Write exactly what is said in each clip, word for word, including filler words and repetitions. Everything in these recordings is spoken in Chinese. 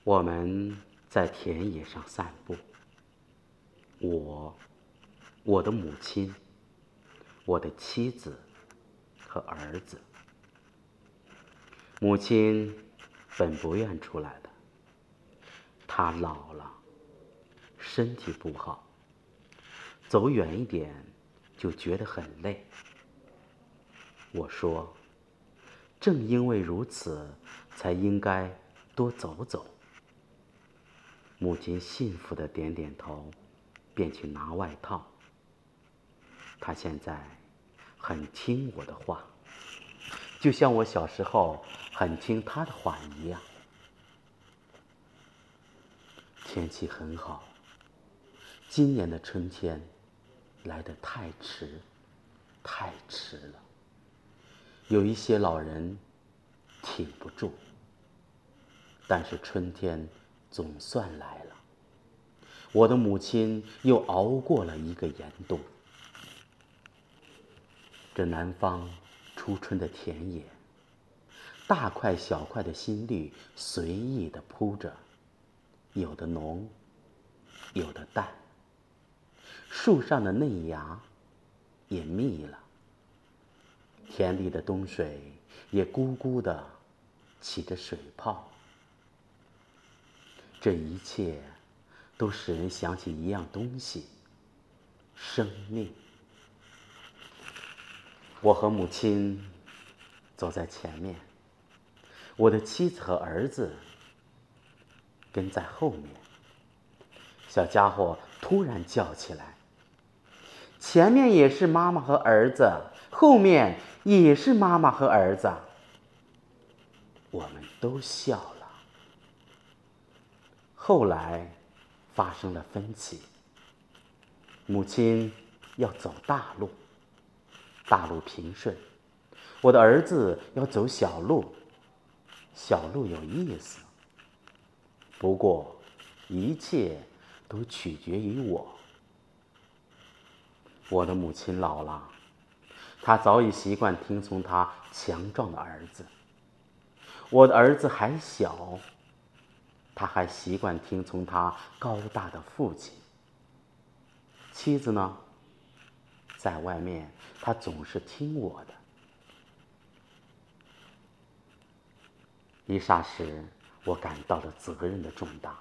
我们在田野上散步，我、我的母亲、我的妻子和儿子。母亲本不愿出来的，她老了，身体不好，走远一点就觉得很累。我说，正因为如此，才应该多走走。母亲幸福地点点头，便去拿外套。她现在很听我的话，就像我小时候很听她的话一样。天气很好，今年的春天来得太迟，太迟了。有一些老人挺不住，但是春天总算来了。我的母亲又熬过了一个严冬。这南方初春的田野，大块小块的新绿随意地铺着，有的浓，有的淡。树上的嫩芽也密了，田里的冬水也咕咕地起着水泡。这一切都使人想起一样东西：生命。我和母亲走在前面，我的妻子和儿子跟在后面。小家伙突然叫起来：前面也是妈妈和儿子，后面也是妈妈和儿子。我们都笑了。后来发生了分歧，母亲要走大路，大路平顺；我的儿子要走小路，小路有意思。不过一切都取决于我。我的母亲老了，她早已习惯听从她强壮的儿子。我的儿子还小，他还习惯听从他高大的父亲。妻子呢，在外面她总是听我的。一霎时，我感到了责任的重大。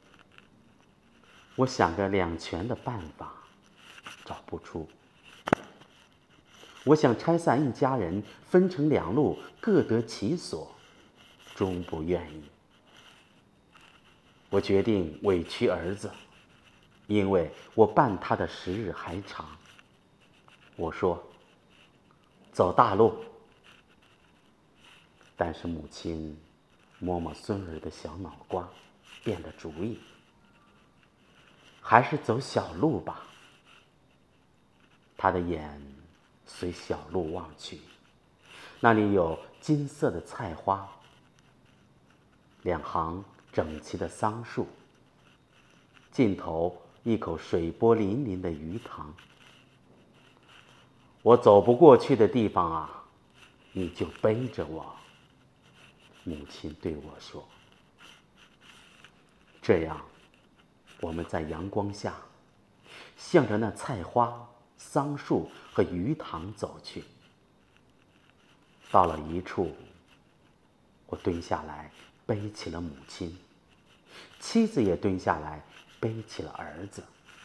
我想着两全的办法，找不出。我想拆散一家人，分成两路，各得其所，终不愿意。我决定委屈儿子，因为我伴他的时日还长。我说，走大路。但是母亲摸摸孙儿的小脑瓜，变了主意，还是走小路吧。他的眼随小路望去，那里有金色的菜花，两行整齐的桑树，尽头一口水波粼粼的鱼塘。我走不过去的地方啊，你就背着我，母亲对我说。这样，我们在阳光下，向着那菜花、桑树和鱼塘走去。到了一处，我蹲下来背起了母亲，妻子也蹲下来背起了儿子。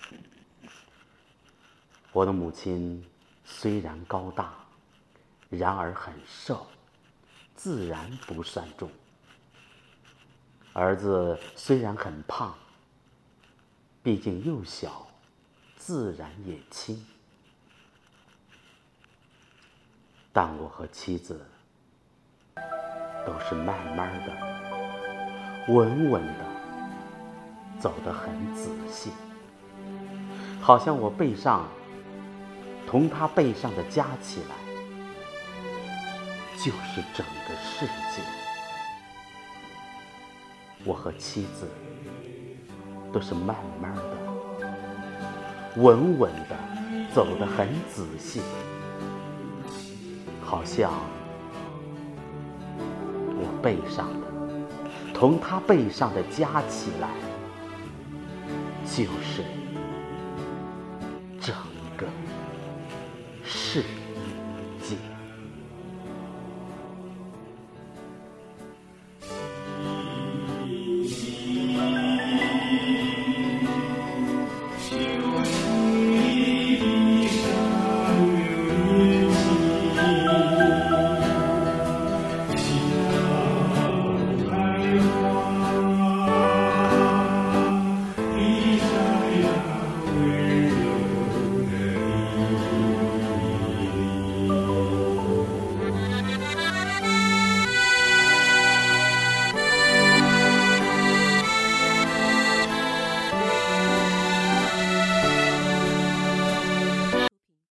我的母亲虽然高大，然而很瘦，自然不算重。儿子虽然很胖，毕竟又小，自然也轻。但我和妻子都是慢慢的、稳稳的，走得很仔细，好像我背上同他背上的加起来，就是整个世界。我和妻子都是慢慢的、稳稳的，走得很仔细，好像我背上的同他背上的加起来，就是整个世界。